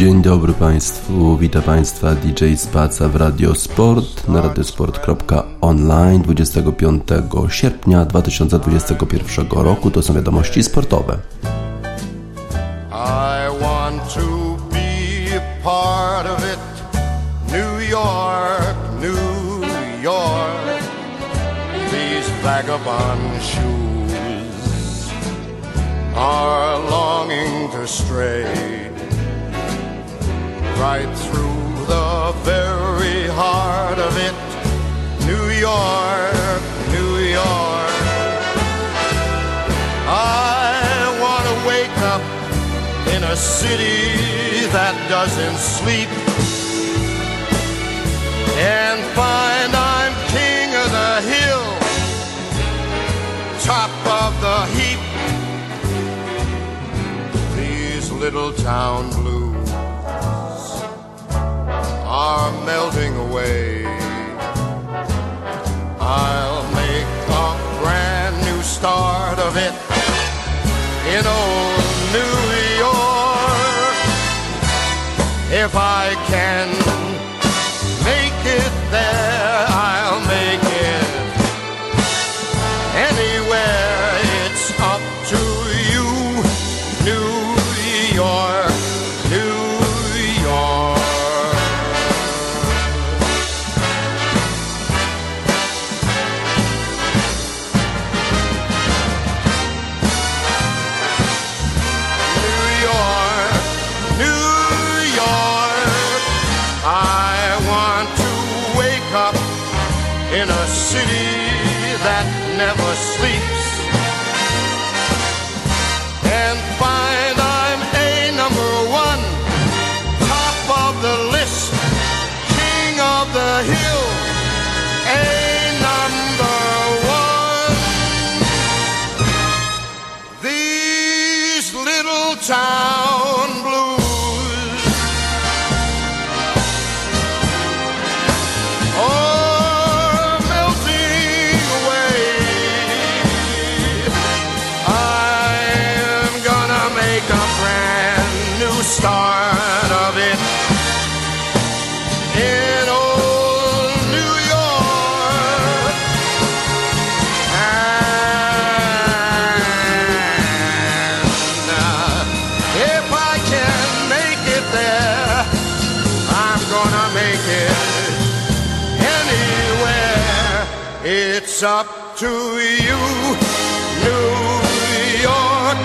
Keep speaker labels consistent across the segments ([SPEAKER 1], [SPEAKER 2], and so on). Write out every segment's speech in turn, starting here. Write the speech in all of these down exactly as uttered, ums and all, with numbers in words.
[SPEAKER 1] Dzień dobry Państwu, witam Państwa D J Spaca w Radio Sport na radiosport kropka online dwudziestego piątego sierpnia dwa tysiące dwudziestego pierwszego roku. To są wiadomości sportowe.
[SPEAKER 2] I want to be a part of it. New York, New York. These vagabond shoes are longing to stray right through the very heart of it. New York, New York. I want to wake up in a city that doesn't sleep and find I'm king of the hill, top of the heap. These little town blues are melting away. I'll make a brand new start of it in old New York. If I can make it there, I'll make it anywhere. It's up to you, New York, New York. In a city that never sleeps and find I'm a number one, top of the list, king of the hill, a number one. These little town blues start of it in old New York. And uh, if I can make it there, I'm gonna make it anywhere. It's up to you, New York.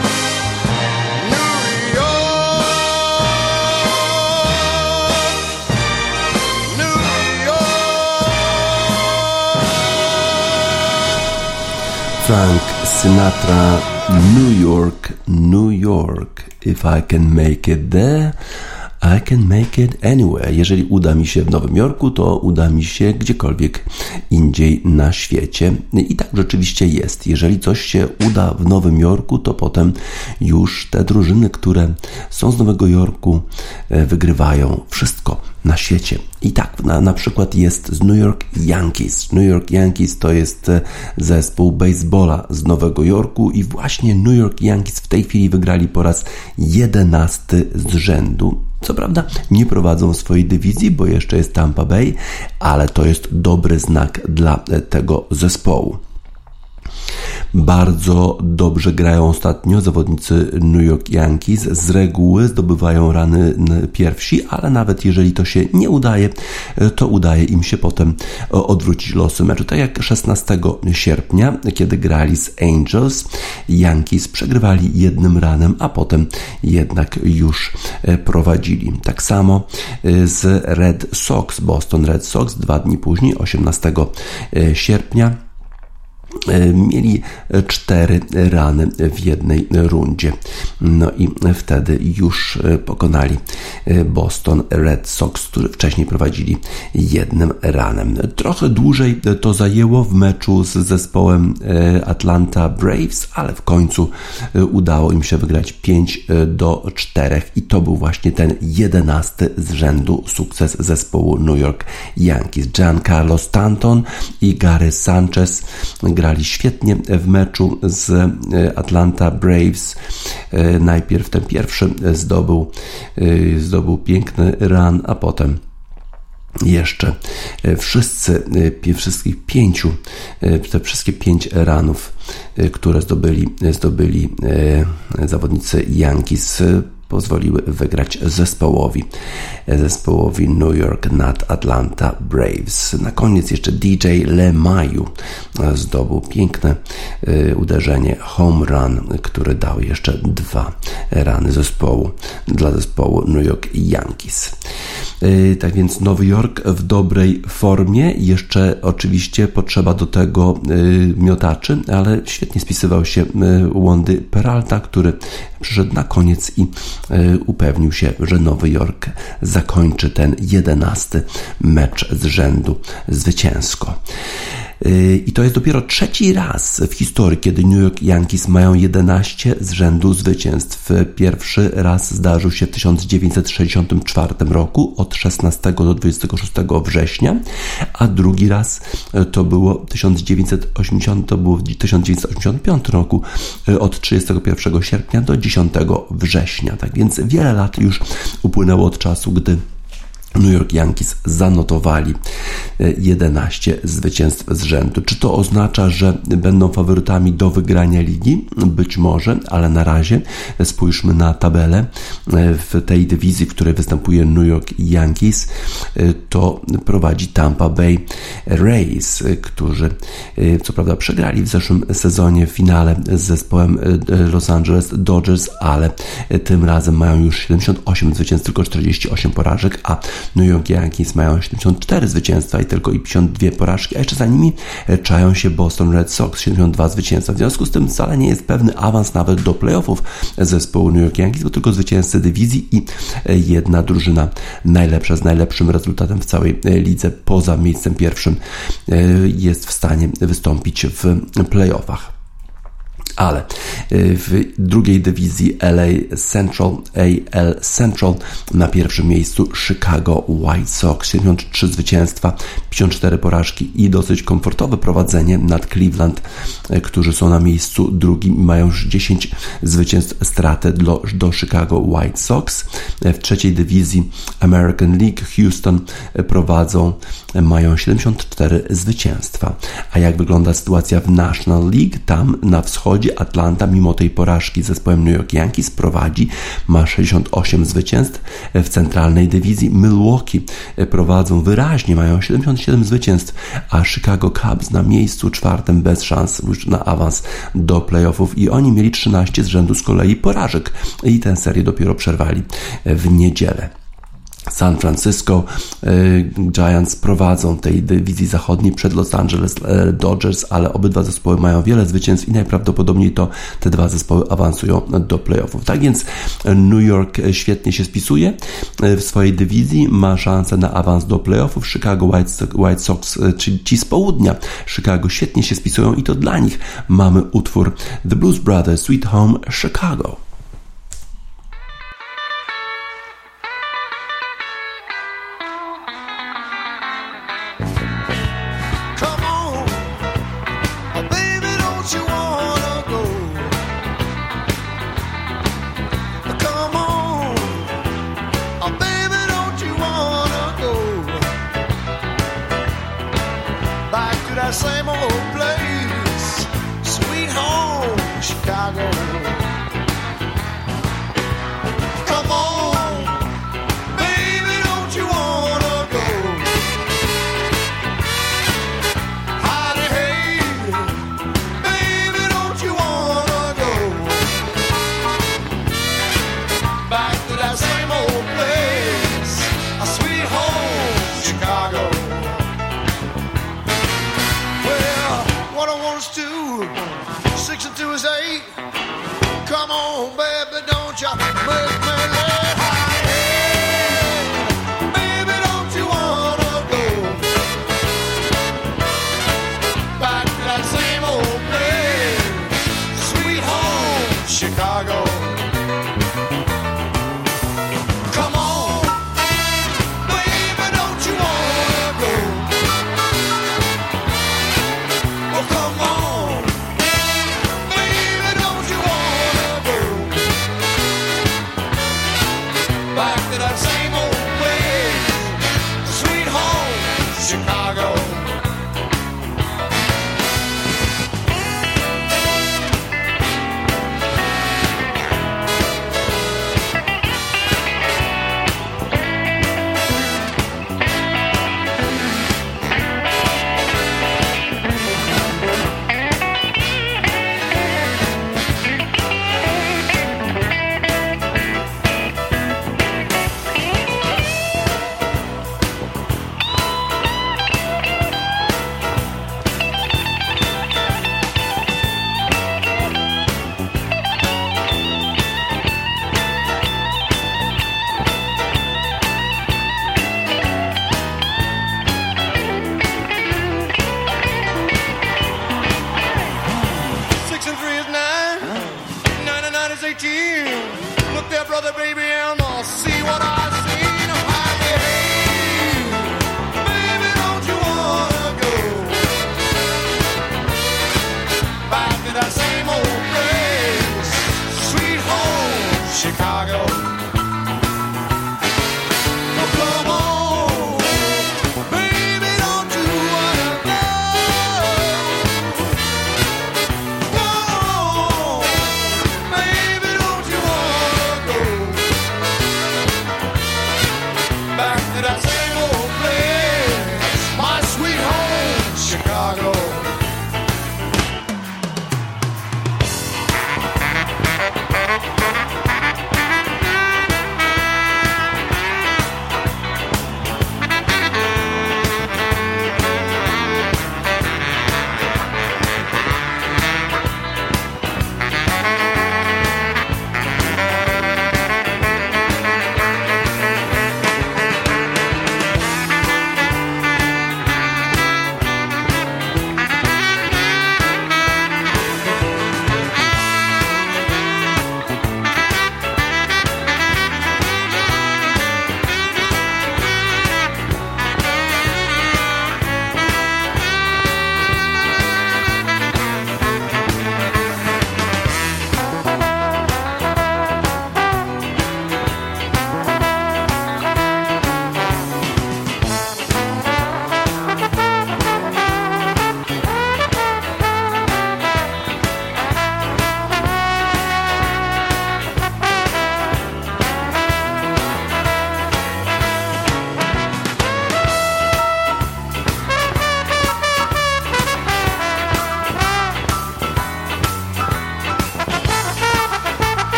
[SPEAKER 1] Frank Sinatra, New York, New York. If I can make it there, I can make it anywhere. Jeżeli uda mi się w Nowym Jorku, to uda mi się gdziekolwiek indziej na świecie. I tak rzeczywiście jest. Jeżeli coś się uda w Nowym Jorku, to potem już te drużyny, które są z Nowego Jorku, wygrywają wszystko na świecie. I tak na, na przykład jest z New York Yankees. New York Yankees to jest zespół baseballa z Nowego Jorku i właśnie New York Yankees w tej chwili wygrali po raz jedenasty z rzędu. Co prawda nie prowadzą swojej dywizji, bo jeszcze jest Tampa Bay, ale to jest dobry znak dla tego zespołu. Bardzo dobrze grają ostatnio zawodnicy New York Yankees. Z reguły zdobywają rany pierwsi, ale nawet jeżeli to się nie udaje, to udaje im się potem odwrócić losy meczu. Tak jak szesnastego sierpnia, kiedy grali z Angels, Yankees przegrywali jednym ranem, a potem jednak już prowadzili. Tak samo z Red Sox, Boston Red Sox dwa dni później, osiemnastego sierpnia, mieli cztery rany w jednej rundzie. No i wtedy już pokonali Boston Red Sox, którzy wcześniej prowadzili jednym ranem. Trochę dłużej to zajęło w meczu z zespołem Atlanta Braves, ale w końcu udało im się wygrać pięć do czterech i to był właśnie ten jedenasty z rzędu sukces zespołu New York Yankees. Giancarlo Stanton i Gary Sanchez grali zagrali świetnie w meczu z Atlanta Braves. Najpierw ten pierwszy zdobył, zdobył piękny run, a potem jeszcze wszyscy, wszystkich pięciu, te wszystkie pięć runów, które zdobyli, zdobyli zawodnicy Yankees, pozwoliły wygrać zespołowi, zespołowi New York nad Atlanta Braves. Na koniec jeszcze D J LeMahieu zdobył piękne uderzenie home run, który dał jeszcze dwa runy zespołu dla zespołu New York Yankees. Tak więc Nowy Jork w dobrej formie. Jeszcze oczywiście potrzeba do tego miotaczy, ale świetnie spisywał się Wandy Peralta, który przyszedł na koniec i upewnił się, że Nowy Jork zakończy ten jedenasty mecz z rzędu zwycięsko. I to jest dopiero trzeci raz w historii, kiedy New York Yankees mają jedenaście z rzędu zwycięstw. Pierwszy raz zdarzył się w tysiąc dziewięćset sześćdziesiątym czwartym roku od szesnastego do dwudziestego szóstego września, a drugi raz to było tysiąc dziewięćset osiemdziesiąty, to było tysiąc dziewięćset osiemdziesiątym piątym roku od trzydziestego pierwszego sierpnia do dziesiątego września. Tak więc wiele lat już upłynęło od czasu, gdy New York Yankees zanotowali jedenaście zwycięstw z rzędu. Czy to oznacza, że będą faworytami do wygrania ligi? Być może, ale na razie spójrzmy na tabelę w tej dywizji, w której występuje New York Yankees. To prowadzi Tampa Bay Rays, którzy co prawda przegrali w zeszłym sezonie w finale z zespołem Los Angeles Dodgers, ale tym razem mają już siedemdziesiąt osiem zwycięstw, tylko czterdzieści osiem porażek, a New York Yankees mają siedemdziesiąt cztery zwycięstwa i tylko i pięćdziesiąt dwie porażki, a jeszcze za nimi czają się Boston Red Sox, siedemdziesiąt dwa zwycięstwa. W związku z tym wcale nie jest pewny awans nawet do playoffów zespołu New York Yankees, bo tylko zwycięzcy dywizji i jedna drużyna najlepsza z najlepszym rezultatem w całej lidze poza miejscem pierwszym jest w stanie wystąpić w playoffach. Ale w drugiej dywizji L A Central, A L Central na pierwszym miejscu Chicago White Sox, siedemdziesiąt trzy zwycięstwa, pięćdziesiąt cztery porażki i dosyć komfortowe prowadzenie nad Cleveland, którzy są na miejscu drugim i mają już dziesięć zwycięstw, stratę do, do Chicago White Sox. W trzeciej dywizji American League Houston prowadzą, mają siedemdziesiąt cztery zwycięstwa. A jak wygląda sytuacja w National League? Tam na wschodzie Atlanta, mimo tej porażki z zespołem New York Yankees, prowadzi, ma sześćdziesiąt osiem zwycięstw. W centralnej dywizji Milwaukee prowadzą wyraźnie, mają siedemdziesiąt siedem zwycięstw, a Chicago Cubs na miejscu czwartym bez szans już na awans do playoffów i oni mieli trzynaście z rzędu z kolei porażek i tę serię dopiero przerwali w niedzielę. San Francisco y, Giants prowadzą tej dywizji zachodniej przed Los Angeles y, Dodgers, ale obydwa zespoły mają wiele zwycięstw i najprawdopodobniej to te dwa zespoły awansują do playoffów. Tak więc New York świetnie się spisuje y, w swojej dywizji, ma szansę na awans do playoffów. Chicago White, White Sox, y, czyli ci z południa Chicago, świetnie się spisują i to dla nich mamy utwór The Blues Brothers, Sweet Home Chicago.
[SPEAKER 2] Same old place, sweet home, Chicago. Come on, baby, don't you wanna go? Howdy, hey, baby, don't you wanna go? Back to that same old place, a sweet home, Chicago. Six and two is eight. Come on, baby, don't you make me late. Hey, baby, don't you wanna go back to that same old place, sweet home, Chicago. Come on, baby, don't you wanna go? Oh, come on.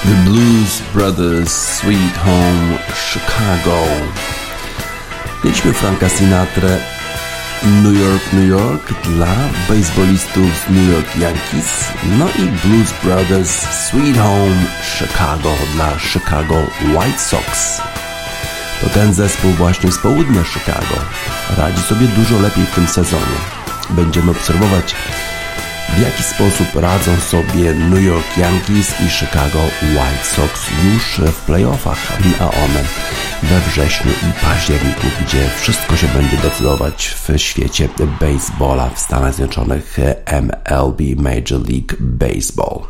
[SPEAKER 1] The Blues Brothers, Sweet Home Chicago. Mieliśmy Franka Sinatrę, New York, New York dla baseballistów z New York Yankees, no i Blues Brothers, Sweet Home Chicago dla Chicago White Sox. To ten zespół właśnie z południa Chicago radzi sobie dużo lepiej w tym sezonie. Będziemy obserwować, w jaki sposób radzą sobie New York Yankees i Chicago White Sox już w playoffach, a one we wrześniu i październiku, gdzie wszystko się będzie decydować w świecie baseballa w Stanach Zjednoczonych, M L B, Major League Baseball.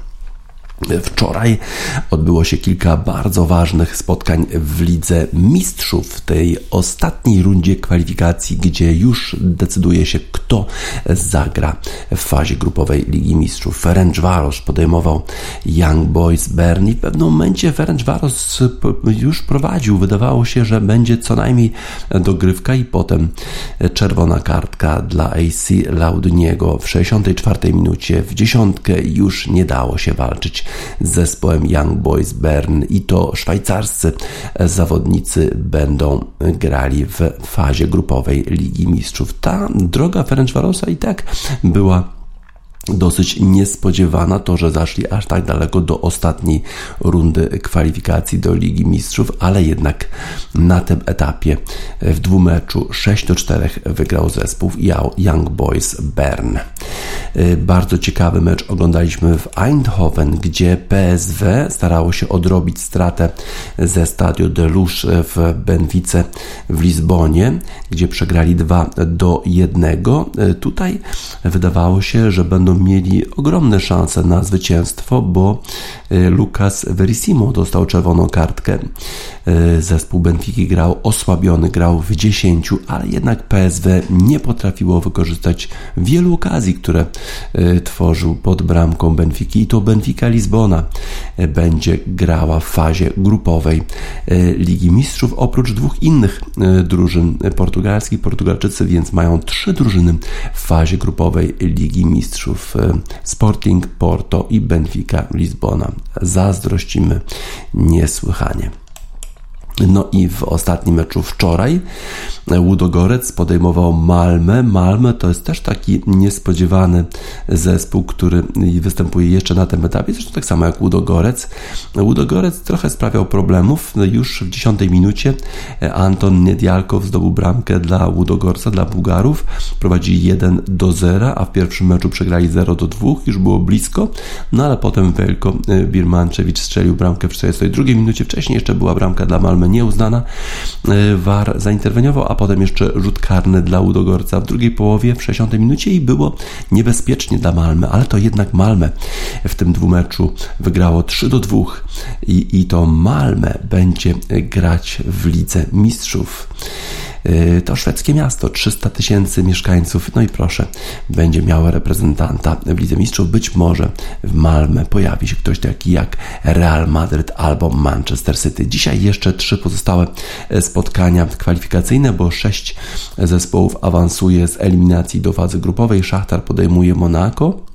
[SPEAKER 1] Wczoraj odbyło się kilka bardzo ważnych spotkań w Lidze Mistrzów, w tej ostatniej rundzie kwalifikacji, gdzie już decyduje się, kto zagra w fazie grupowej Ligi Mistrzów. Ferencváros podejmował Young Boys Bern i w pewnym momencie Ferencváros już prowadził. Wydawało się, że będzie co najmniej dogrywka i potem czerwona kartka dla A C Laudiniego w sześćdziesiątej czwartej minucie. W dziesiątkę już nie dało się walczyć z zespołem Young Boys Bern i to szwajcarscy zawodnicy będą grali w fazie grupowej Ligi Mistrzów. Ta droga Ferencvárosa i tak była dosyć niespodziewana, to, że zaszli aż tak daleko do ostatniej rundy kwalifikacji do Ligi Mistrzów, ale jednak na tym etapie w dwumeczu sześć do czterech wygrał zespół Young Boys Bern. Bardzo ciekawy mecz oglądaliśmy w Eindhoven, gdzie P S V starało się odrobić stratę ze Stadio de Luz w Benfice w Lizbonie, gdzie przegrali dwa do jednego. Tutaj wydawało się, że będą mieli ogromne szanse na zwycięstwo, bo Lucas Verissimo dostał czerwoną kartkę. Zespół Benfiki grał osłabiony, grał w dziesięciu, ale jednak P S V nie potrafiło wykorzystać wielu okazji, które tworzył pod bramką Benfiki, i to Benfica Lizbona będzie grała w fazie grupowej Ligi Mistrzów, oprócz dwóch innych drużyn portugalskich. Portugalczycy więc mają trzy drużyny w fazie grupowej Ligi Mistrzów: Sporting, Porto i Benfica Lizbona. Zazdrościmy niesłychanie. No i w ostatnim meczu wczoraj Łudogorec podejmował Malmę. Malmę to jest też taki niespodziewany zespół, który występuje jeszcze na tym etapie, zresztą tak samo jak Łudogorec. Łudogorec trochę sprawiał problemów. Już w dziesiątej minucie Anton Niedialkow zdobył bramkę dla Łudogorca, dla Bułgarów. Prowadzili jeden do zera, a w pierwszym meczu przegrali zero do dwóch. Już było blisko, no ale potem Veljko Birmančević strzelił bramkę w czterdziestej drugiej minucie. Wcześniej jeszcze była bramka dla Malmę nieuznana. V A R zainterweniował, a potem jeszcze rzut karny dla Łudogorca w drugiej połowie, w sześćdziesiątej minucie, i było niebezpiecznie dla Malmę, ale to jednak Malmę w tym dwumeczu wygrało trzy do dwóch i, i to Malmę będzie grać w Lidze Mistrzów. To szwedzkie miasto, trzysta tysięcy mieszkańców, no i proszę, będzie miało reprezentanta w Lidze Mistrzów. Być może w Malmę pojawi się ktoś taki jak Real Madryt albo Manchester City. Dzisiaj jeszcze trzy pozostałe spotkania kwalifikacyjne, bo sześć zespołów awansuje z eliminacji do fazy grupowej. Szachtar podejmuje Monako.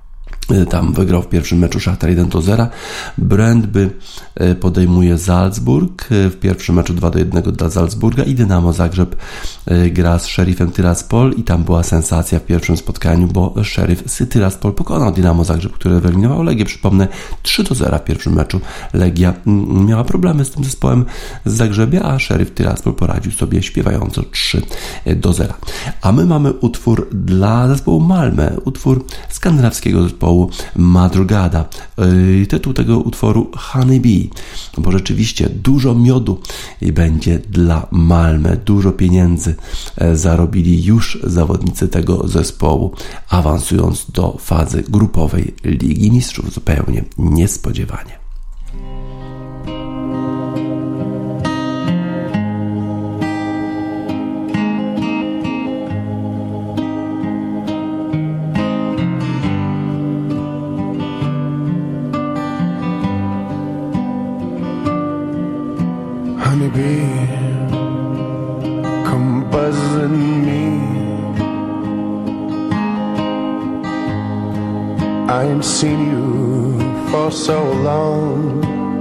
[SPEAKER 1] Tam wygrał w pierwszym meczu Szachtar jeden do zera. Brøndby podejmuje Salzburg. W pierwszym meczu dwa do jednego dla Salzburga i Dynamo Zagrzeb gra z Sheriffem Tiraspol i tam była sensacja w pierwszym spotkaniu, bo Sheriff z Tiraspol pokonał Dynamo Zagrzeb, które wyeliminował Legię. Przypomnę, trzy do zera w pierwszym meczu. Legia miała problemy z tym zespołem z Zagrzebia, a Sheriff Tiraspol poradził sobie śpiewająco trzy do zera. A my mamy utwór dla zespołu Malmö, utwór skandynawskiego zespołu Madrugada. Yy, tytuł tego utworu Honey Bee, bo rzeczywiście dużo miodu będzie dla Malmö, dużo pieniędzy zarobili już zawodnicy tego zespołu, awansując do fazy grupowej Ligi Mistrzów zupełnie niespodziewanie.
[SPEAKER 2] Honeybee, come buzzing me. I ain't seen you for so long.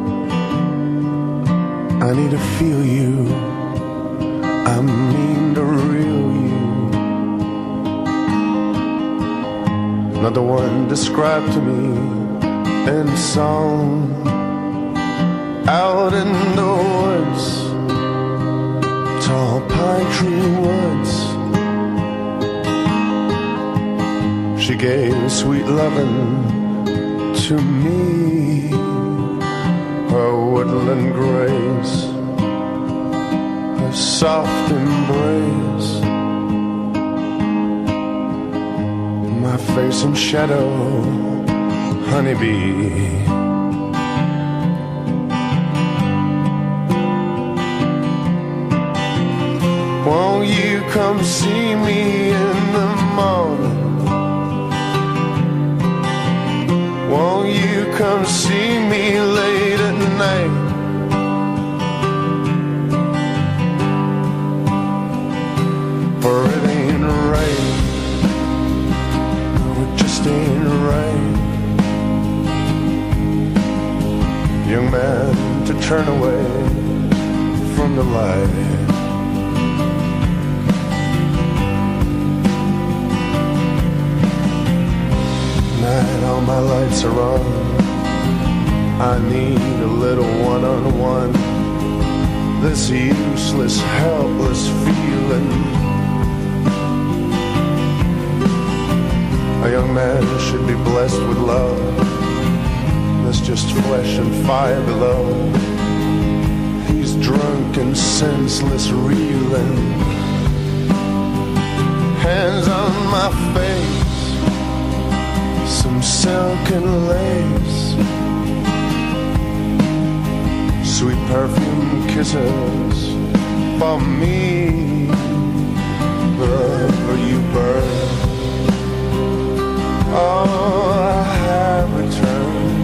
[SPEAKER 3] I need to feel you. I mean to reel you. Not the one described to me in song. Out in the woods, tall pine tree woods. She gave sweet loving to me, her woodland grace, her soft embrace, my face in shadow, honeybee. Won't you come see me in the morning? Won't you come see me late at night? For it ain't right, no, it just ain't right, young man, to turn away from the light. Night, all my lights are on. I need a little one-on-one. This useless, helpless feeling. A young man should be blessed with love. There's just flesh and fire below. He's drunk and senseless, reeling. Hands on my face, some silken lace, sweet perfume kisses for me. Wherever you burn, oh, I have returned.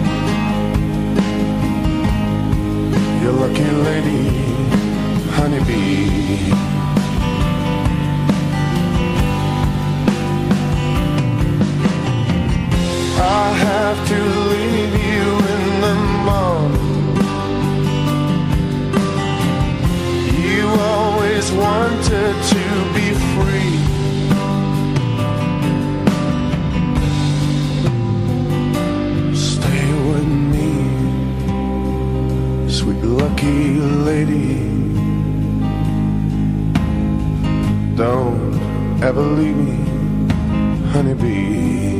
[SPEAKER 3] Your lucky lady, honeybee. I have to leave you in the morning. You always wanted to be free. Stay with me, sweet lucky lady. Don't ever leave me, honeybee.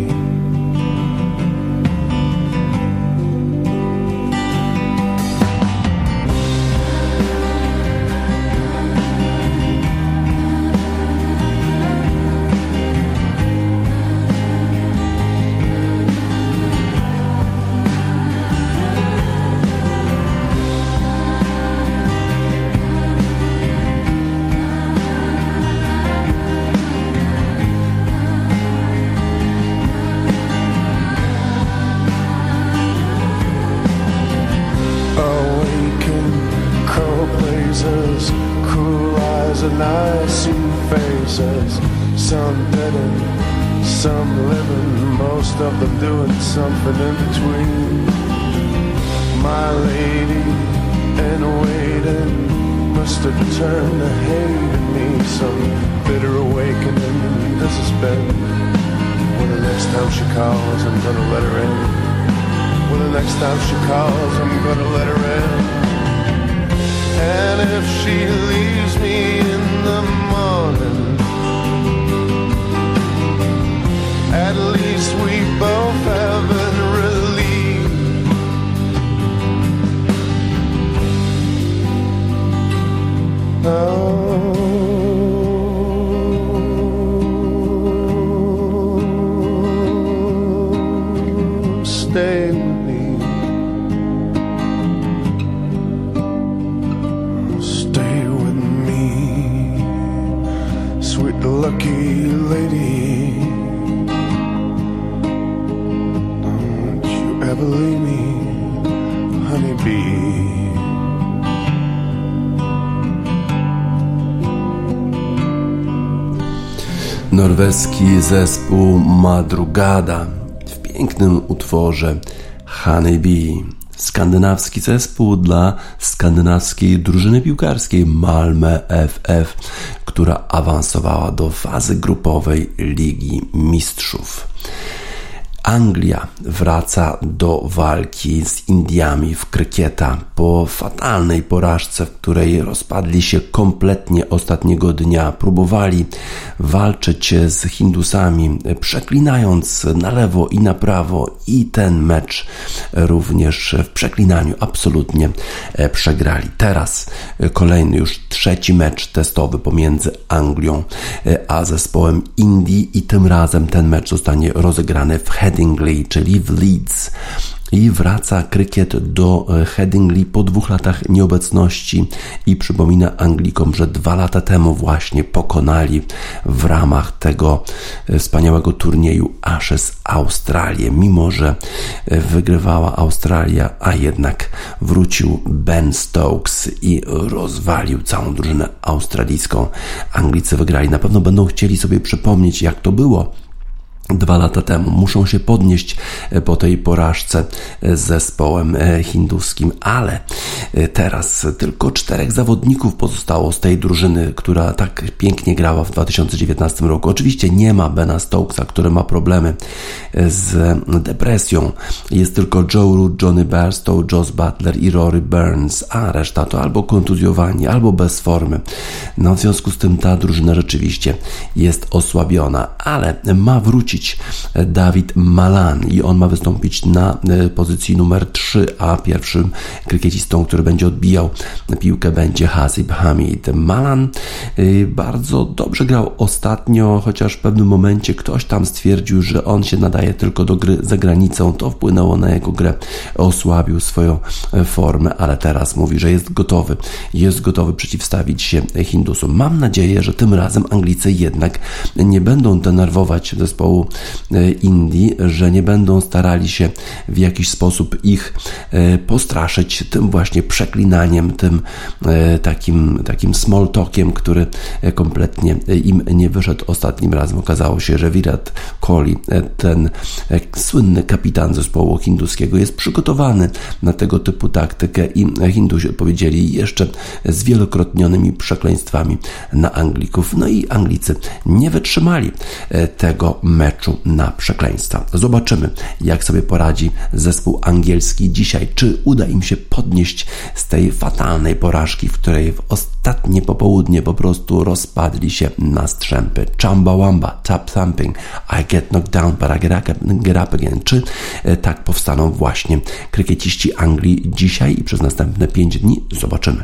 [SPEAKER 3] Some dead and some living, most of them doing something in between. My lady in waiting must have turned to hate in me. Some bitter awakening this has been. When the next time she calls, I'm gonna let her in. When the next time she calls, I'm gonna let her in. And if she leaves me in the morning, at least we both have been relieved. Oh, stay with me, stay with me, sweet lucky lady. Ever leave me, honeybee.
[SPEAKER 1] Norweski zespół Madrugada w pięknym utworze Honeybee. skandynawski zespół dla skandynawskiej drużyny piłkarskiej Malmö F F, która awansowała do fazy grupowej Ligi Mistrzów. Anglia wraca do walki z Indiami w krykieta po fatalnej porażce, w której rozpadli się kompletnie ostatniego dnia. Próbowali walczyć z Hindusami, przeklinając na lewo i na prawo, i ten mecz również w przeklinaniu absolutnie przegrali. Teraz kolejny już trzeci mecz testowy pomiędzy Anglią a zespołem Indii i tym razem ten mecz zostanie rozegrany w Headingley, czyli w Leeds. I wraca krykiet do Headingley po dwóch latach nieobecności i przypomina Anglikom, że dwa lata temu właśnie pokonali w ramach tego wspaniałego turnieju Ashes Australię. Mimo że wygrywała Australia, a jednak wrócił Ben Stokes i rozwalił całą drużynę australijską. Anglicy wygrali. Na pewno będą chcieli sobie przypomnieć, jak to było dwa lata temu. Muszą się podnieść po tej porażce z zespołem hinduskim, ale teraz tylko czterech zawodników pozostało z tej drużyny, która tak pięknie grała w dwa tysiące dziewiętnastym roku. Oczywiście nie ma Bena Stokesa, który ma problemy z depresją. Jest tylko Joe Root, Johnny Bairstow, Joss Butler i Rory Burns, a reszta to albo kontuzjowani, albo bez formy. No, w związku z tym ta drużyna rzeczywiście jest osłabiona, ale ma wrócić Dawid Malan i on ma wystąpić na pozycji numer trzy, a pierwszym krykiecistą, który będzie odbijał piłkę, będzie Hasib Hamid. Malan bardzo dobrze grał ostatnio, chociaż w pewnym momencie ktoś tam stwierdził, że on się nadaje tylko do gry za granicą. To wpłynęło na jego grę, osłabił swoją formę, ale teraz mówi, że jest gotowy. Jest gotowy przeciwstawić się Hindusom. Mam nadzieję, że tym razem Anglicy jednak nie będą denerwować zespołu Indii, że nie będą starali się w jakiś sposób ich postraszyć tym właśnie przeklinaniem, tym takim, takim small talkiem, który kompletnie im nie wyszedł ostatnim razem. Okazało się, że Virat Kohli, ten słynny kapitan zespołu hinduskiego, jest przygotowany na tego typu taktykę i Hindusi odpowiedzieli jeszcze zwielokrotnionymi przekleństwami na Anglików. No i Anglicy nie wytrzymali tego meczu na przekleństwa. Zobaczymy, jak sobie poradzi zespół angielski dzisiaj. Czy uda im się podnieść z tej fatalnej porażki, w której w ostatnie popołudnie po prostu rozpadli się na strzępy. Chumbawamba, tap thumping, I get knocked down, but I get up, get up again. Czy tak powstaną właśnie krykieciści Anglii dzisiaj i przez następne pięć dni? Zobaczymy.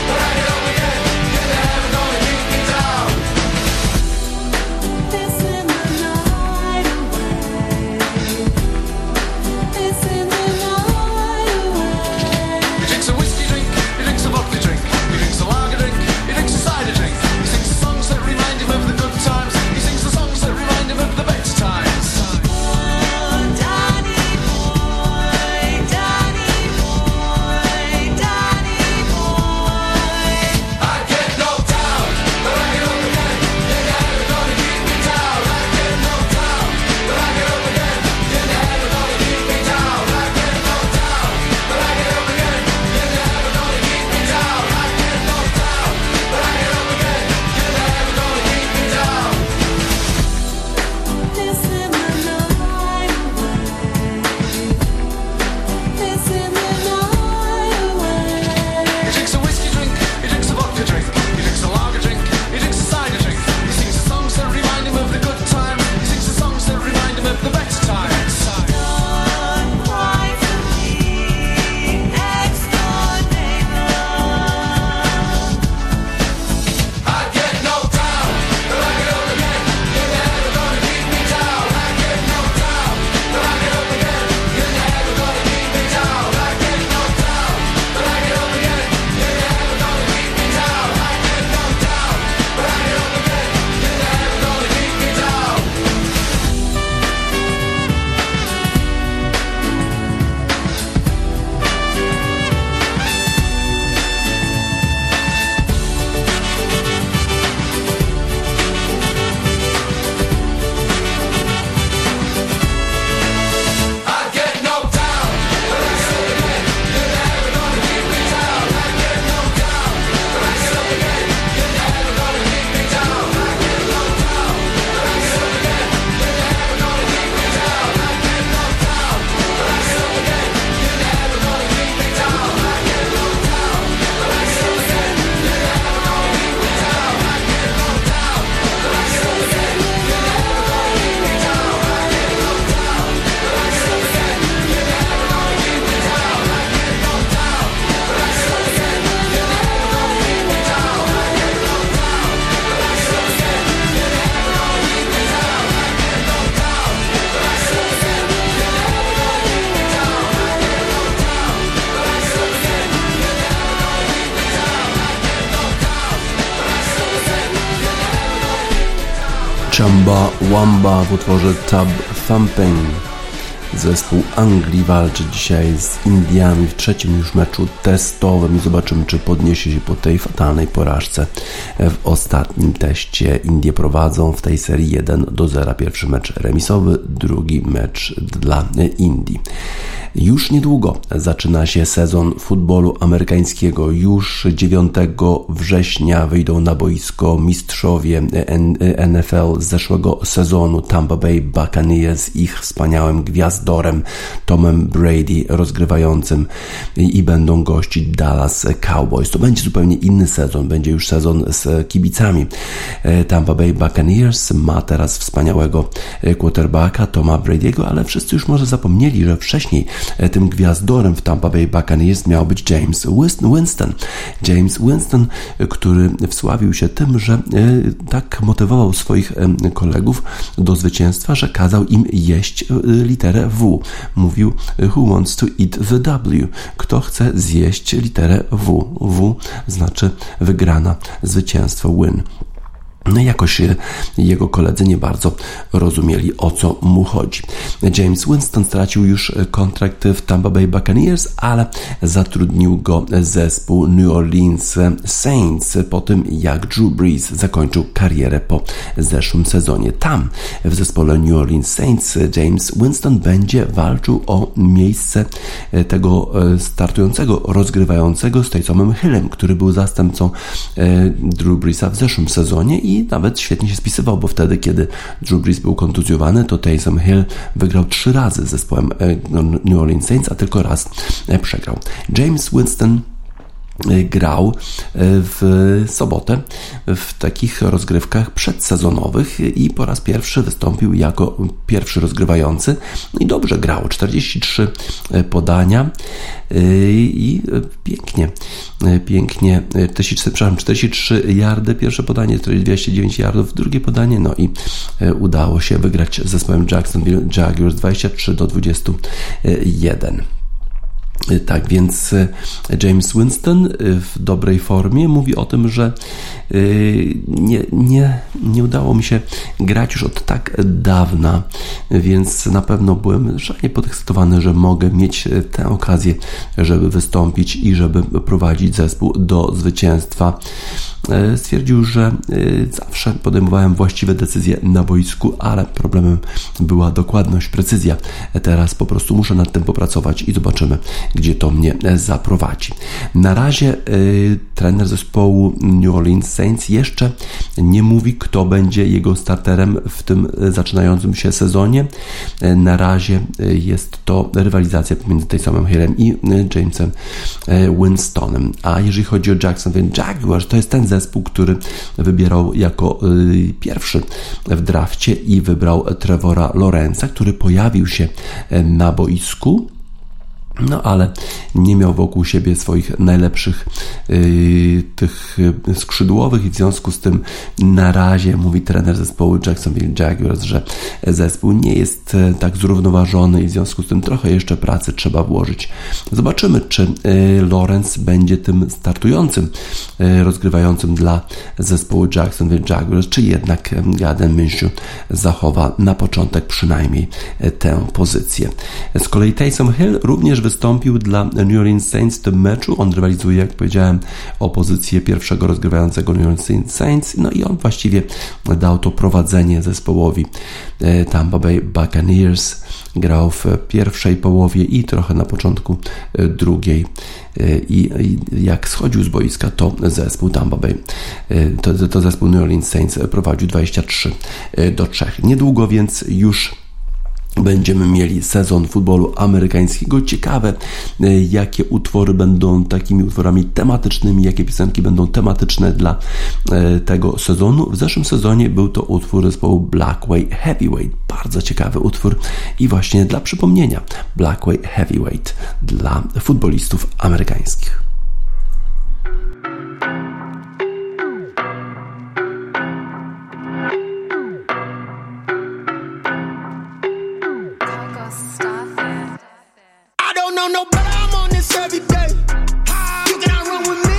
[SPEAKER 4] This
[SPEAKER 1] Chumbawamba w utworze Tub Thumping. Zespół Anglii walczy dzisiaj z Indiami w trzecim już meczu testowym i zobaczymy, czy podniesie się po tej fatalnej porażce w ostatnim teście. Indie prowadzą w tej serii jeden do zera. Pierwszy mecz remisowy, drugi mecz dla Indii. Już niedługo zaczyna się sezon futbolu amerykańskiego. Już dziewiątego września wyjdą na boisko mistrzowie N F L z zeszłego sezonu, Tampa Bay Buccaneers, ich wspaniałym gwiazdorem Tomem Brady rozgrywającym, i będą gościć Dallas Cowboys. To będzie zupełnie inny sezon, będzie już sezon z kibicami. Tampa Bay Buccaneers ma teraz wspaniałego quarterbacka Toma Brady'ego, ale wszyscy już może zapomnieli, że wcześniej tym gwiazdorem w Tampa Bay Buccaneers miał być James Winston. James Winston, który wsławił się tym, że tak motywował swoich kolegów do zwycięstwa, że kazał im jeść literę W. Mówił: who wants to eat the W? Kto chce zjeść literę W? W znaczy wygrana, zwycięstwo, win. No i jakoś jego koledzy nie bardzo rozumieli, o co mu chodzi. James Winston stracił już kontrakt w Tampa Bay Buccaneers, ale zatrudnił go zespół New Orleans Saints po tym, jak Drew Brees zakończył karierę po zeszłym sezonie. Tam, w zespole New Orleans Saints, James Winston będzie walczył o miejsce tego startującego, rozgrywającego z Taysom Hillem, który był zastępcą Drew Breesa w zeszłym sezonie i I nawet świetnie się spisywał, bo wtedy, kiedy Drew Brees był kontuzjowany, to Taysom Hill wygrał trzy razy z zespołem New Orleans Saints, a tylko raz przegrał. James Winston grał w sobotę w takich rozgrywkach przedsezonowych i po raz pierwszy wystąpił jako pierwszy rozgrywający. No i dobrze grał, czterdzieści trzy podania i pięknie, pięknie, przepraszam, czterdzieści trzy yardy pierwsze podanie, dwieście dziewięć yardów drugie podanie, no i udało się wygrać z zespołem Jacksonville Jaguars dwadzieścia trzy do dwudziestu jeden. Tak więc James Winston w dobrej formie mówi o tym, że nie, nie, nie udało mi się grać już od tak dawna, więc na pewno byłem szalenie podekscytowany, że mogę mieć tę okazję, żeby wystąpić i żeby prowadzić zespół do zwycięstwa. Stwierdził, że zawsze podejmowałem właściwe decyzje na boisku, ale problemem była dokładność, precyzja. Teraz po prostu muszę nad tym popracować i zobaczymy, gdzie to mnie zaprowadzi. Na razie y, trener zespołu New Orleans Saints jeszcze nie mówi, kto będzie jego starterem w tym zaczynającym się sezonie. Na razie jest to rywalizacja pomiędzy Taysomem Hillem i Jamesem Winstonem. A jeżeli chodzi o Jacksonville Jaguars, to jest ten zespół, który wybierał jako y, pierwszy w drafcie i wybrał Trevora Lawrence'a, który pojawił się na boisku. No ale nie miał wokół siebie swoich najlepszych yy, tych skrzydłowych i w związku z tym na razie mówi trener zespołu Jacksonville Jaguars, że zespół nie jest tak zrównoważony i w związku z tym trochę jeszcze pracy trzeba włożyć. Zobaczymy, czy yy, Lawrence będzie tym startującym, yy, rozgrywającym dla zespołu Jacksonville Jaguars, czy jednak Gardner Minshew zachowa na początek przynajmniej yy, tę pozycję. Z kolei Taysom Hill również wystąpił dla New Orleans Saints w tym meczu. On rywalizuje, jak powiedziałem, o pozycję pierwszego rozgrywającego New Orleans Saints. No i on właściwie dał to prowadzenie zespołowi Tampa Bay Buccaneers. Grał w pierwszej połowie i trochę na początku drugiej. I jak schodził z boiska, to zespół Tampa Bay, to, to zespół New Orleans Saints prowadził dwadzieścia trzy do trzech. Niedługo więc już będziemy mieli sezon futbolu amerykańskiego. Ciekawe, jakie utwory będą takimi utworami tematycznymi, jakie piosenki będą tematyczne dla tego sezonu. W zeszłym sezonie był to utwór zespołu Blackway Heavyweight. Bardzo ciekawy utwór i właśnie dla przypomnienia Blackway Heavyweight dla futbolistów amerykańskich.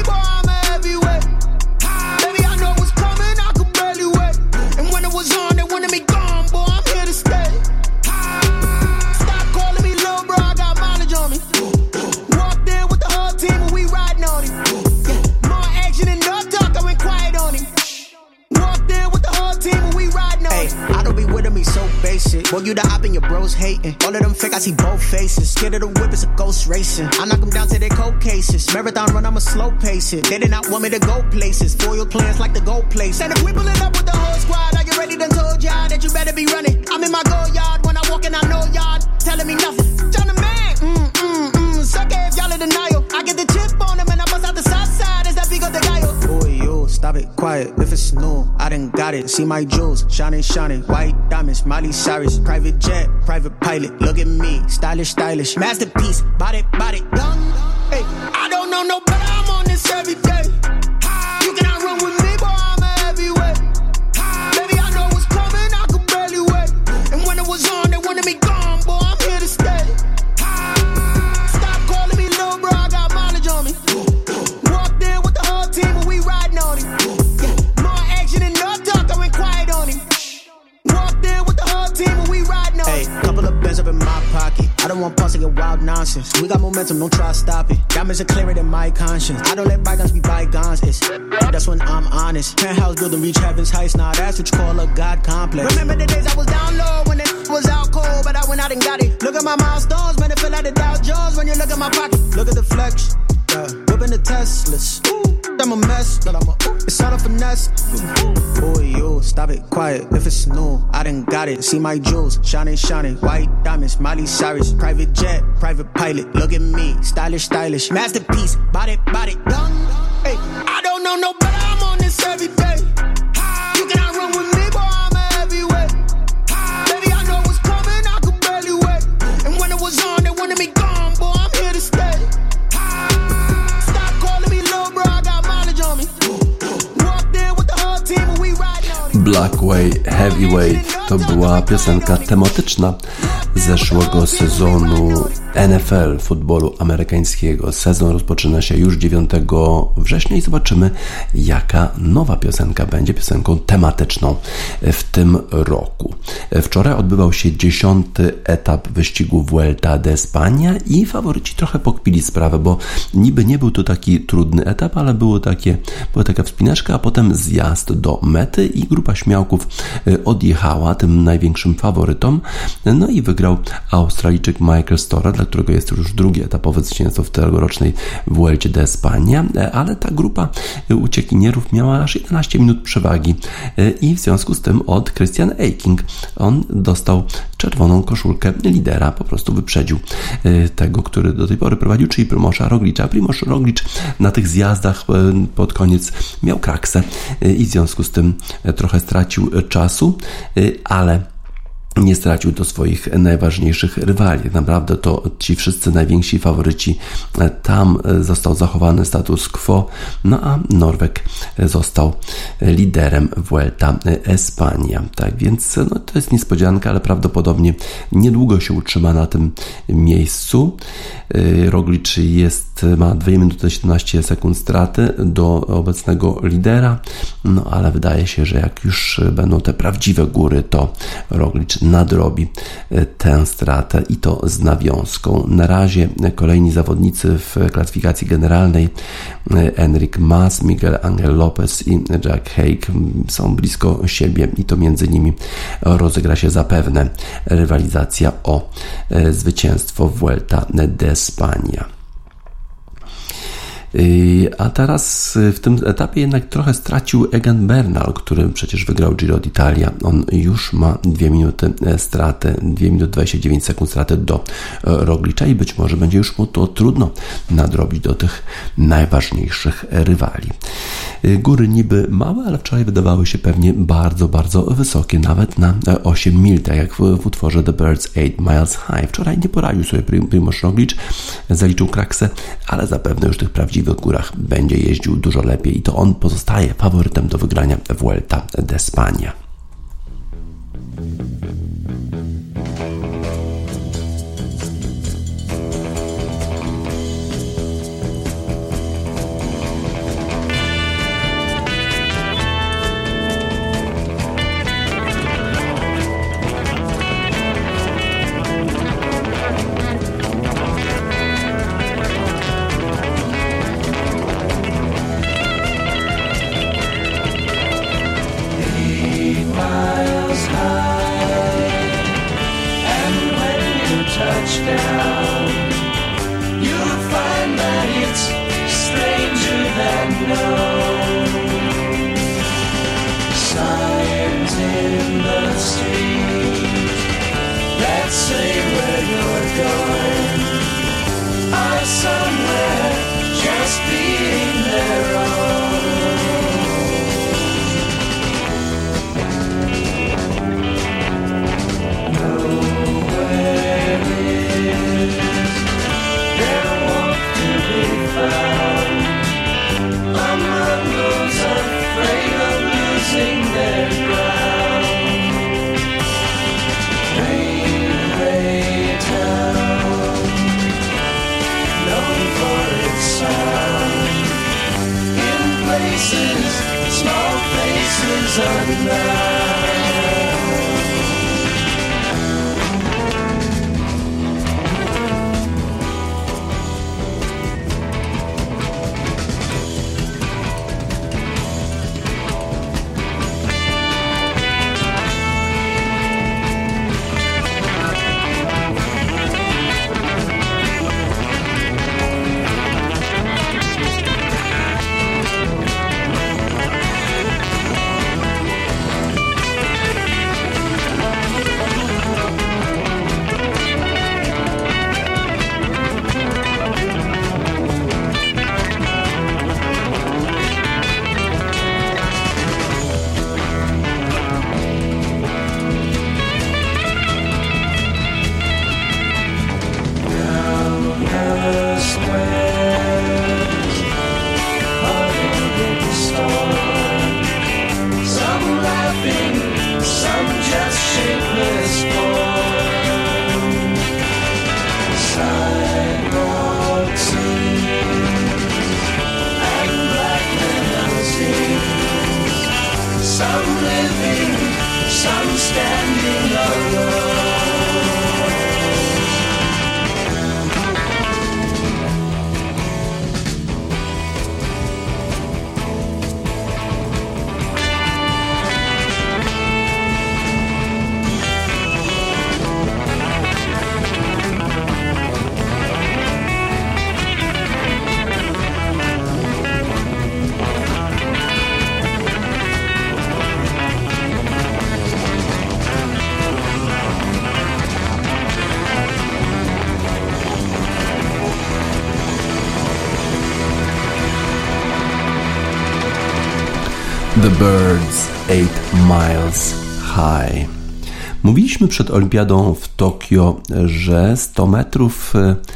[SPEAKER 2] On it
[SPEAKER 4] basic. Boy, you the op and your bros hating. All of them fake, I see both faces. Scared of the whip, it's a ghost racing. I knock them down to their cold cases. Marathon run, I'ma slow pace it. They did not want me to go places. Foil plans like the go place. And if we pulling up with the whole squad, are you ready? Done told y'all that you better be running. I'm in my go yard. When I walk in, I know y'all telling me nothing. John the man, mm, mm, mm. Suck it if y'all in denial. I get the chip on them and I bust out the south side. Is that big of the guy? Boy, you stop it, quiet. If it's new, I done got it. See my jewels, shining, shining. White diamonds, Miley Cyrus. Private jet, private pilot. Look at me, stylish, stylish. Masterpiece, body, body, young. Hey, I don't know no better. I'm on this every day. You cannot run with me, boy. I'm a heavyweight. Baby, I know what's coming. I could barely wait. And when it was on, they wanted me gone, boy. I'm here to stay. Stop calling me little bro. I got mileage on me. Walked in with the whole team, and we riding on him. More action and no talk. I went quiet on him. Walked in with the whole team, and we riding on him. Hey, couple of bands up in my pocket. I don't want pause to get wild nonsense. We got momentum, don't try to stop it. Diamonds are clearer than my conscience. I don't let bygones be bygones. It's that's when I'm honest. Penthouse building, reach heaven's heights. Now that's what you call a God complex. Remember the days I was down low when it was out cold, but I went out and got it. Look at my milestones, man, it feel like the Dow Jones when you look at my pocket. Look at the flex, yeah. Whipping the Teslas. Ooh, I'm a mess, but I'm a ooh, it's all a finesse. Boy, you stop it, quiet. If it's new, I done got it. See my jewels, shining, shining. White diamonds, Miley Cyrus. Private jet, private pilot. Look at me, stylish, stylish. Masterpiece, body, body, young. Hey, I don't know no better. I'm on this every day. You cannot run with me, boy. I'm a heavyweight. Baby, I know what's coming. I could barely wait. And when it was on, they wanted me gone, boy. I'm here to stay. Stop calling me little bro. I got mileage on me. Walked in with the whole team and we riding on it.
[SPEAKER 1] Blackway Heavyweight to była piosenka tematyczna zeszłego sezonu N F L futbolu amerykańskiego. Sezon rozpoczyna się już dziewiątego września i zobaczymy, jaka nowa piosenka będzie piosenką tematyczną w tym roku. Wczoraj odbywał się dziesiąty etap wyścigu Vuelta de España i faworyci trochę pokpili sprawę, bo niby nie był to taki trudny etap, ale było takie, była taka wspinaczka, a potem zjazd do mety i grupa śmiałków odjechała tym największym faworytom, no i wygrał Australijczyk Michael Storer, dla którego jest już drugie etapowe zwycięstwo w tegorocznej Vuelcie de España, ale ta grupa uciekinierów miała aż jedenaście minut przewagi i w związku z tym od Christian Eiking on dostał czerwoną koszulkę lidera, po prostu wyprzedził tego, który do tej pory prowadził, czyli Primoža Roglicza. Primož Roglič na tych zjazdach pod koniec miał kraksę i w związku z tym trochę stracił czasu, ale nie stracił do swoich najważniejszych rywali. Tak naprawdę to ci wszyscy najwięksi faworyci, tam został zachowany status quo, no a Norweg został liderem Vuelta España. Tak więc no, to jest niespodzianka, ale prawdopodobnie niedługo się utrzyma na tym miejscu. Roglic jest, ma dwie minuty siedemnaście sekund straty do obecnego lidera, no ale wydaje się, że jak już będą te prawdziwe góry, to Roglic nadrobi tę stratę i to z nawiązką. Na razie kolejni zawodnicy w klasyfikacji generalnej, Enric Mas, Miguel Angel Lopez i Jack Haig, są blisko siebie i to między nimi rozegra się zapewne rywalizacja o zwycięstwo w Vuelta de España. A teraz w tym etapie jednak trochę stracił Egan Bernal, który przecież wygrał Giro d'Italia. On już ma dwie minuty straty, dwie minuty dwadzieścia dziewięć sekund straty do Roglicza i być może będzie już mu to trudno nadrobić do tych najważniejszych rywali. Góry niby małe, ale wczoraj wydawały się pewnie bardzo, bardzo wysokie, nawet na osiem mil, tak jak w, w utworze The Birds eight Miles High. Wczoraj nie poradził sobie Primož Roglič, zaliczył kraksę, ale zapewne już w tych prawdziwych górach będzie jeździł dużo lepiej i to on pozostaje faworytem do wygrania Vuelta de España.
[SPEAKER 5] touchdown, you'll find that it's stranger than known. Signs in the street that say where you're going are somewhere just being their own. Nowhere is there want to be found among those afraid of losing their ground. Railway town, known for its sound, in places, small faces unknown.
[SPEAKER 1] The Birds Eight Miles High. Mówiliśmy przed Olimpiadą w Tokio, że sto metrów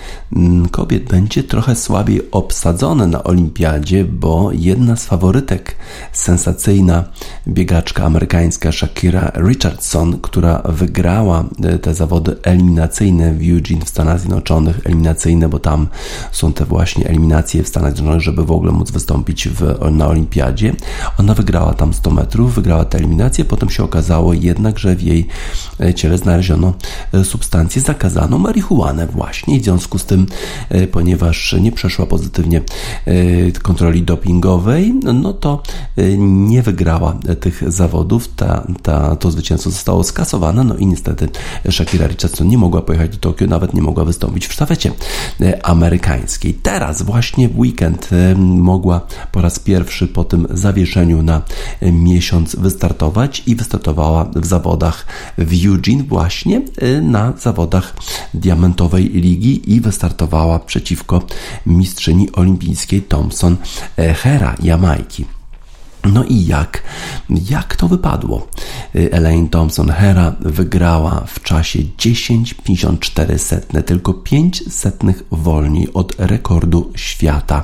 [SPEAKER 1] kobiet będzie trochę słabiej obsadzone na Olimpiadzie, bo jedna z faworytek, sensacyjna biegaczka amerykańska Shakira Richardson, która wygrała te zawody eliminacyjne w Eugene w Stanach Zjednoczonych, eliminacyjne, bo tam są te właśnie eliminacje w Stanach Zjednoczonych, żeby w ogóle móc wystąpić w, na Olimpiadzie. Ona wygrała tam sto metrów, wygrała tę eliminację, potem się okazało jednak, że w jej ciele znaleziono substancję zakazaną, marihuanę właśnie, i w związku z tym, ponieważ nie przeszła pozytywnie kontroli dopingowej, no to nie wygrała tych zawodów, ta, ta, to zwycięstwo zostało skasowane, no i niestety Shakira Richardson nie mogła pojechać do Tokio, nawet nie mogła wystąpić w sztafecie amerykańskiej. Teraz właśnie w weekend mogła po raz pierwszy po tym zawieszeniu na miesiąc wystartować i wystartowała w zawodach w Eugene właśnie na zawodach diamentowej ligi i wystartowała przeciwko mistrzyni olimpijskiej Thompson Hera Jamajki. No i jak? Jak to wypadło? Elaine Thompson Hera wygrała w czasie dziesięć pięćdziesiąt cztery setne, tylko pięć setnych wolniej od rekordu świata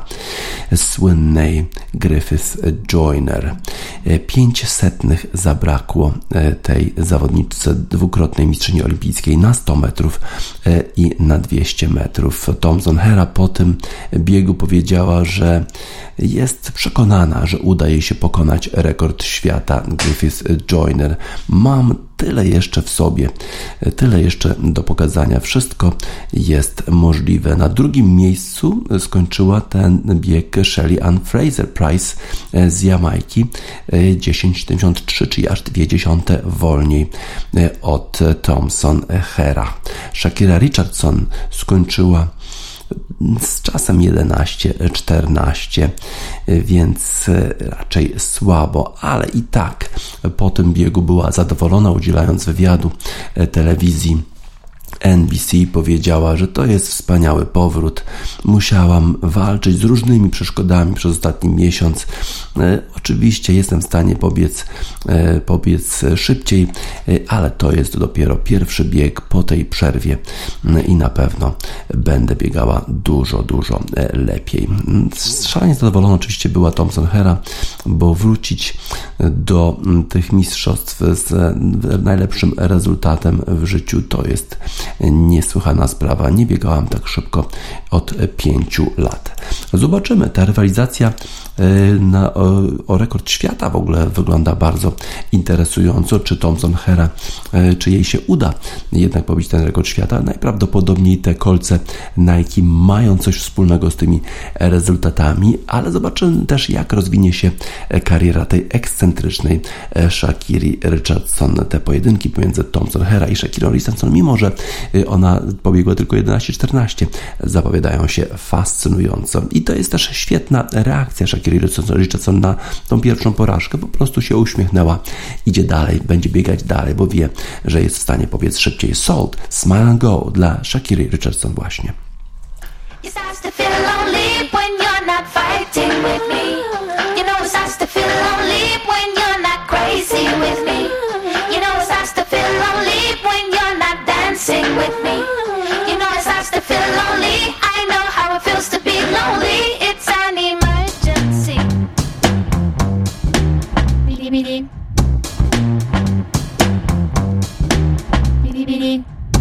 [SPEAKER 1] słynnej Griffith Joyner. pięć setnych zabrakło tej zawodniczce, dwukrotnej mistrzyni olimpijskiej, na sto metrów i na dwieście metrów. Thompson Hera po tym biegu powiedziała, że jest przekonana, że uda jej się pokonać pokonać rekord świata Griffith Joyner. Mam tyle jeszcze w sobie, tyle jeszcze do pokazania. Wszystko jest możliwe. Na drugim miejscu skończyła ten bieg Shelly Ann Fraser-Price z Jamajki, dziesięć siedemdziesiąt trzy, czyli aż dwie dziesiąte wolniej od Thompson Hera. Shakira Richardson skończyła z czasem jedenaście czternaście, więc raczej słabo, ale i tak po tym biegu była zadowolona, udzielając wywiadu telewizji N B C. Powiedziała, że to jest wspaniały powrót. Musiałam walczyć z różnymi przeszkodami przez ostatni miesiąc. E, oczywiście jestem w stanie pobiec, e, pobiec szybciej, e, ale to jest dopiero pierwszy bieg po tej przerwie e, i na pewno będę biegała dużo, dużo e, lepiej. Szalenie zadowolona oczywiście była Thompson Hera, bo wrócić do m, tych mistrzostw z e, najlepszym rezultatem w życiu to jest niesłychana sprawa. Nie biegałam tak szybko od pięciu lat. Zobaczymy. Ta rywalizacja na, o, o rekord świata w ogóle wygląda bardzo interesująco. Czy Thompson Hera, czy jej się uda jednak pobić ten rekord świata? Najprawdopodobniej te kolce Nike mają coś wspólnego z tymi rezultatami, ale zobaczymy też, jak rozwinie się kariera tej ekscentrycznej Shakiry Richardson. Te pojedynki pomiędzy Thompson Hera i Shakirą Richardson, mimo że ona pobiegła tylko jedenaście czternaście, zapowiadają się fascynująco. I to jest też świetna reakcja Shakiry Richardson na tą pierwszą porażkę. Po prostu się uśmiechnęła, idzie dalej, będzie biegać dalej, bo wie, że jest w stanie pobiec szybciej. Salt, Smile and Go dla Shakiry Richardson właśnie.
[SPEAKER 6] It starts to feel lonely when you're not fighting with me. You know it starts to feel lonely when you're not crazy with me. You know it starts to feel lonely when you're not dancing with me. You know it starts to feel lonely. I know how it feels to be lonely. It's an emergency. Bidi bidi. Bidi bidi.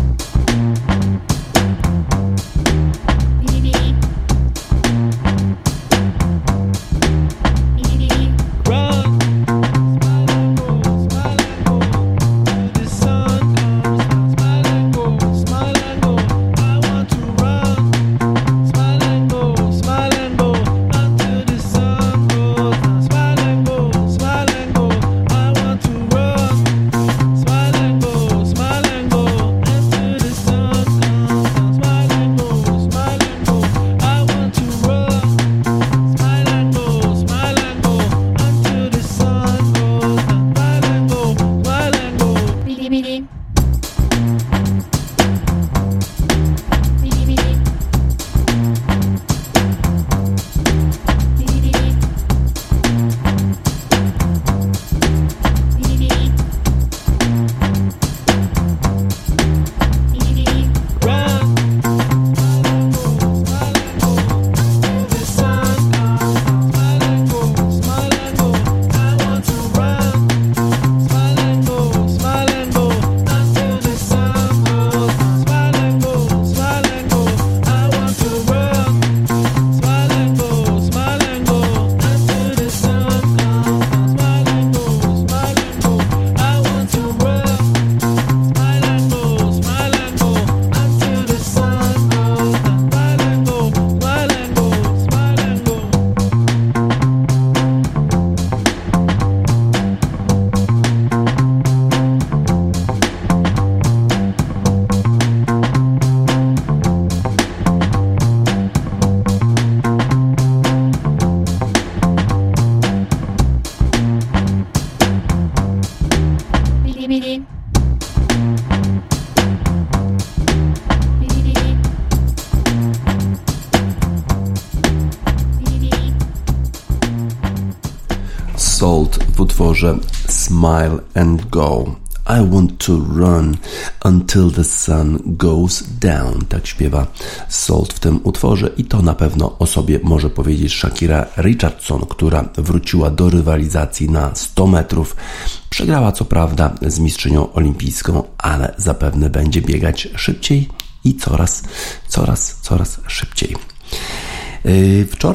[SPEAKER 1] Salt w utworze Smile and Go. I want to run until the sun goes down. Tak śpiewa Salt w tym utworze i to na pewno o sobie może powiedzieć Shakira Richardson, która wróciła do rywalizacji na sto metrów. Przegrała co prawda z mistrzynią olimpijską, ale zapewne będzie biegać szybciej i coraz, coraz, coraz szybciej. Wczoraj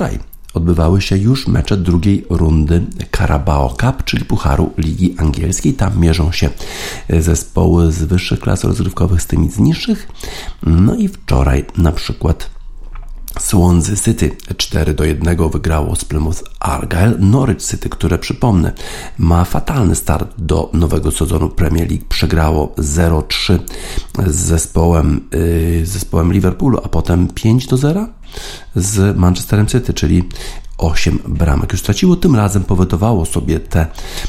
[SPEAKER 1] odbywały się już mecze drugiej rundy Carabao Cup, czyli Pucharu Ligi Angielskiej. Tam mierzą się zespoły z wyższych klas rozgrywkowych z tymi z niższych. No i wczoraj na przykład Swansea City cztery do jednego wygrało z Plymouth Argyle. Norwich City, które przypomnę ma fatalny start do nowego sezonu Premier League, przegrało zero trzy z zespołem, yy, z zespołem Liverpoolu, a potem pięć do zera z Manchesterem City, czyli osiem bramek już straciło. Tym razem powodowało sobie te,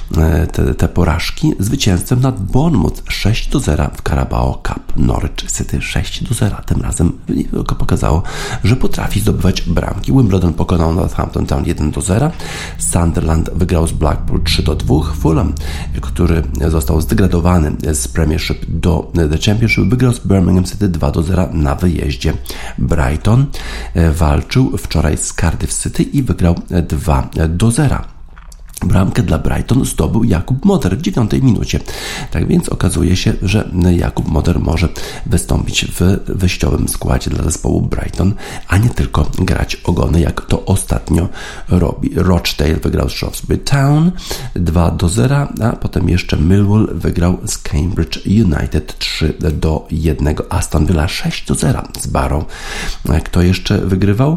[SPEAKER 1] te, te porażki zwycięstwem nad Bournemouth sześć do zera w Carabao Cup. Norwich City sześć do zera. Tym razem pokazało, że potrafi zdobywać bramki. Wimbledon pokonał Northampton Town jeden do zera. Sunderland wygrał z Blackpool trzy do dwóch. Fulham, który został zdegradowany z Premiership do The Championship, wygrał z Birmingham City dwa do zera na wyjeździe. Brighton walczył wczoraj z Cardiff City i wygrał dwa do zera. Bramkę dla Brighton zdobył Jakub Moder w dziewiątej minucie. Tak więc okazuje się, że Jakub Moder może wystąpić w wyjściowym składzie dla zespołu Brighton, a nie tylko grać ogony, jak to ostatnio robi. Rochdale wygrał z Shrewsbury Town dwa do zera, a potem jeszcze Millwall wygrał z Cambridge United trzy do jednego. Aston Villa sześć do zera z Barrow. Kto jeszcze wygrywał?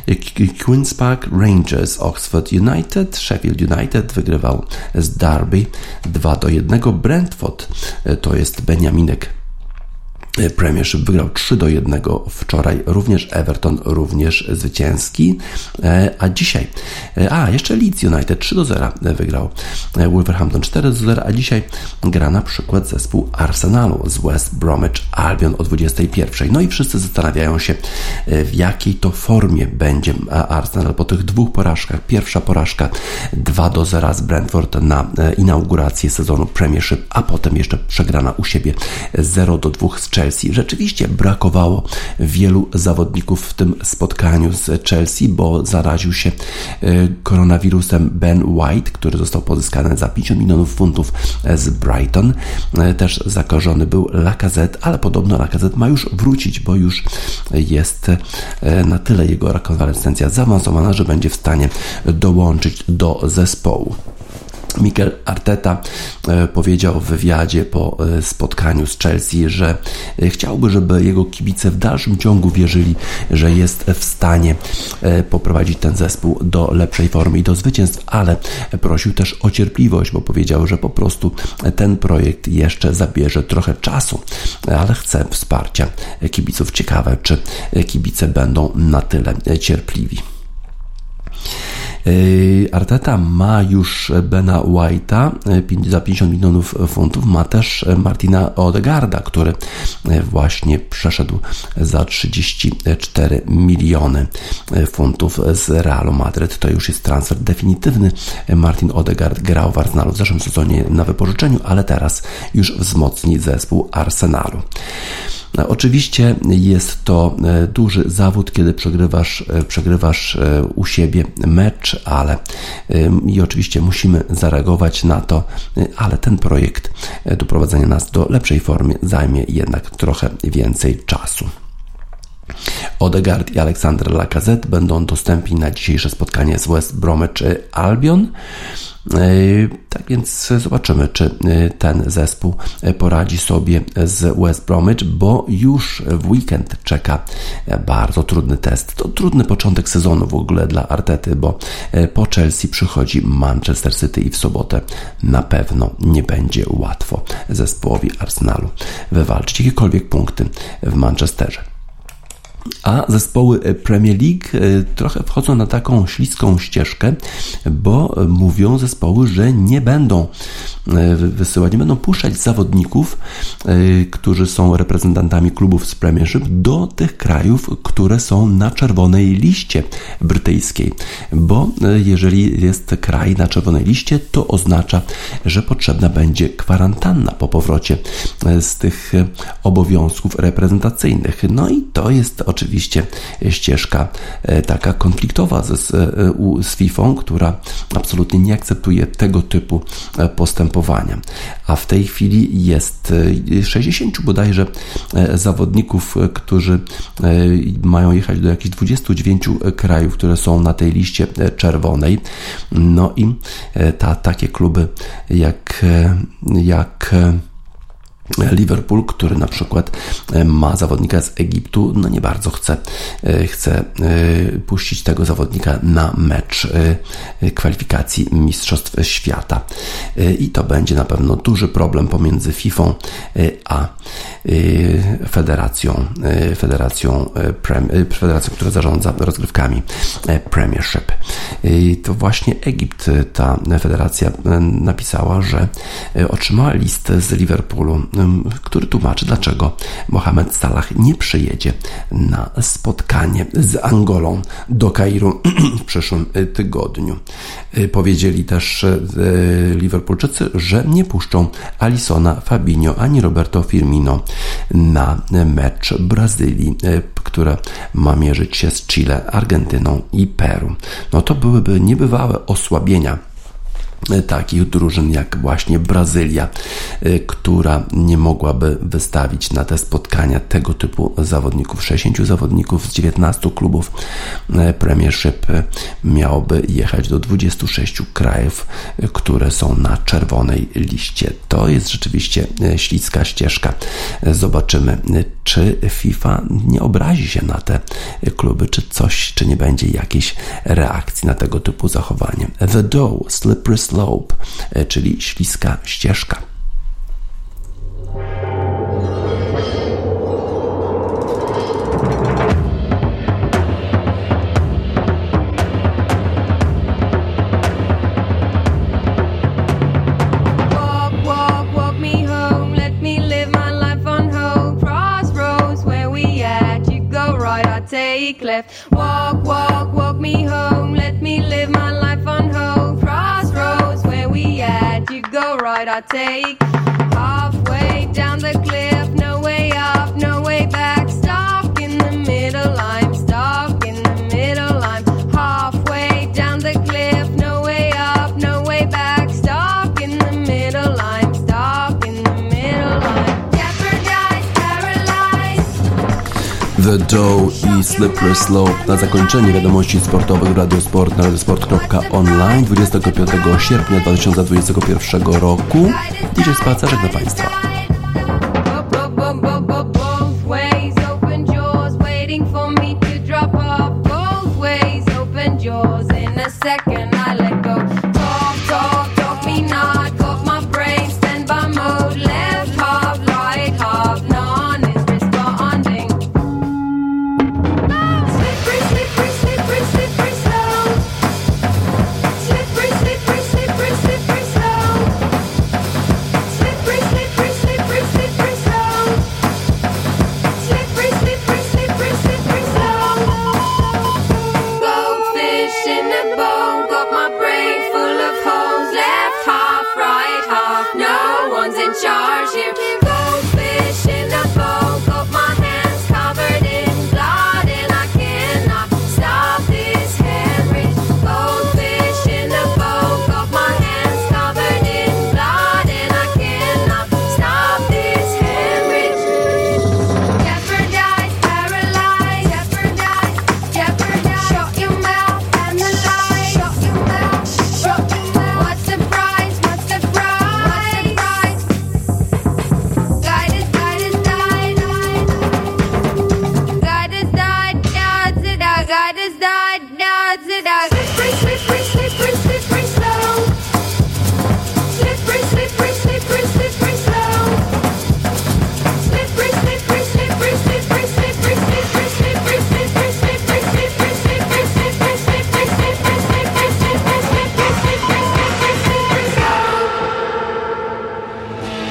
[SPEAKER 1] Queen's Park Rangers, Oxford United, Sheffield United wygrywał z Derby dwa do jednego. Brentford, to jest Beniaminek Premiership, wygrał trzy do jednego wczoraj, również Everton, również zwycięski, a dzisiaj, a jeszcze Leeds United trzy do zera wygrał Wolverhampton cztery do zera, a dzisiaj gra na przykład zespół Arsenalu z West Bromwich Albion o dwudziestej pierwszej. No i wszyscy zastanawiają się, w jakiej to formie będzie Arsenal po tych dwóch porażkach. Pierwsza porażka dwa do zera z Brentford na inaugurację sezonu Premiership, a potem jeszcze przegrana u siebie zero do dwóch z Chelsea. Rzeczywiście brakowało wielu zawodników w tym spotkaniu z Chelsea, bo zaraził się koronawirusem Ben White, który został pozyskany za pięćdziesiąt milionów funtów z Brighton. Też zakażony był Lacazette, ale podobno Lacazette ma już wrócić, bo już jest na tyle jego rekonwalescencja zaawansowana, że będzie w stanie dołączyć do zespołu. Mikel Arteta powiedział w wywiadzie po spotkaniu z Chelsea, że chciałby, żeby jego kibice w dalszym ciągu wierzyli, że jest w stanie poprowadzić ten zespół do lepszej formy i do zwycięstw, ale prosił też o cierpliwość, bo powiedział, że po prostu ten projekt jeszcze zabierze trochę czasu, ale chce wsparcia kibiców. Ciekawe, czy kibice będą na tyle cierpliwi. Arteta ma już Bena White'a za pięćdziesiąt milionów funtów, ma też Martina Odegaarda, który właśnie przeszedł za trzydzieści cztery miliony funtów z Realu Madryt. To już jest transfer definitywny. Martin Odegaard grał w Arsenalu w zeszłym sezonie na wypożyczeniu, ale teraz już wzmocni zespół Arsenalu. Oczywiście jest to duży zawód, kiedy przegrywasz, przegrywasz u siebie mecz, ale i oczywiście musimy zareagować na to, ale ten projekt doprowadzenia nas do lepszej formy zajmie jednak trochę więcej czasu. Odegaard i Alexander Lacazette będą dostępni na dzisiejsze spotkanie z West Bromwich Albion. Tak więc zobaczymy, czy ten zespół poradzi sobie z West Bromwich, bo już w weekend czeka bardzo trudny test. To trudny początek sezonu w ogóle dla Artety, bo po Chelsea przychodzi Manchester City i w sobotę na pewno nie będzie łatwo zespołowi Arsenalu wywalczyć jakiekolwiek punkty w Manchesterze. A zespoły Premier League trochę wchodzą na taką śliską ścieżkę, bo mówią zespoły, że nie będą wysyłać, nie będą puszczać zawodników, którzy są reprezentantami klubów z Premiership, do tych krajów, które są na czerwonej liście brytyjskiej, bo jeżeli jest kraj na czerwonej liście, to oznacza, że potrzebna będzie kwarantanna po powrocie z tych obowiązków reprezentacyjnych. No i to jest oczywiście ścieżka taka konfliktowa z, z, z FIFA, która absolutnie nie akceptuje tego typu postępowania zgrupowania. A w tej chwili jest sześćdziesięciu bodajże zawodników, którzy mają jechać do jakichś dwudziestu dziewięciu krajów, które są na tej liście czerwonej. No i ta, takie kluby jak, jak Liverpool, który na przykład ma zawodnika z Egiptu, no nie bardzo chce, chce puścić tego zawodnika na mecz kwalifikacji Mistrzostw Świata. I to będzie na pewno duży problem pomiędzy fifą a federacją, federacją, federacją, która zarządza rozgrywkami Premiership. To właśnie Egipt, ta federacja napisała, że otrzymała listę z Liverpoolu, który tłumaczy, dlaczego Mohamed Salah nie przyjedzie na spotkanie z Angolą do Kairu w przyszłym tygodniu. Powiedzieli też Liverpoolczycy, że nie puszczą Alisona, Fabinho ani Roberto Firmino na mecz Brazylii, która ma mierzyć się z Chile, Argentyną i Peru. No to byłyby niebywałe osłabienia takich drużyn jak właśnie Brazylia, która nie mogłaby wystawić na te spotkania tego typu zawodników. sześćdziesięciu zawodników z dziewiętnastu klubów Premiership miałoby jechać do dwudziestu sześciu krajów, które są na czerwonej liście. To jest rzeczywiście śliska ścieżka. Zobaczymy, czy FIFA nie obrazi się na te kluby, czy coś, czy nie będzie jakiejś reakcji na tego typu zachowanie. The Dough, Slippery Slope, czyli śliska ścieżka.
[SPEAKER 7] Take left, walk, walk, walk me home. Let me live my life on hold. Crossroads where we at, you go right, I take halfway down the cliff. No way up, no way back. Stuck in the middle, I'm stuck in the middle. I'm halfway down the cliff. No way up, no way back. Stuck in the middle, I'm stuck in the middle. I'm jeopardized, paralyzed.
[SPEAKER 1] The Dough i Slippery Slope na zakończenie wiadomości sportowych Radio Sport na radiosport kropka online dwudziestego piątego sierpnia dwa tysiące dwudziestego pierwszego roku. Dzisiaj Spacer, żegna Państwa.
[SPEAKER 7] Charge here.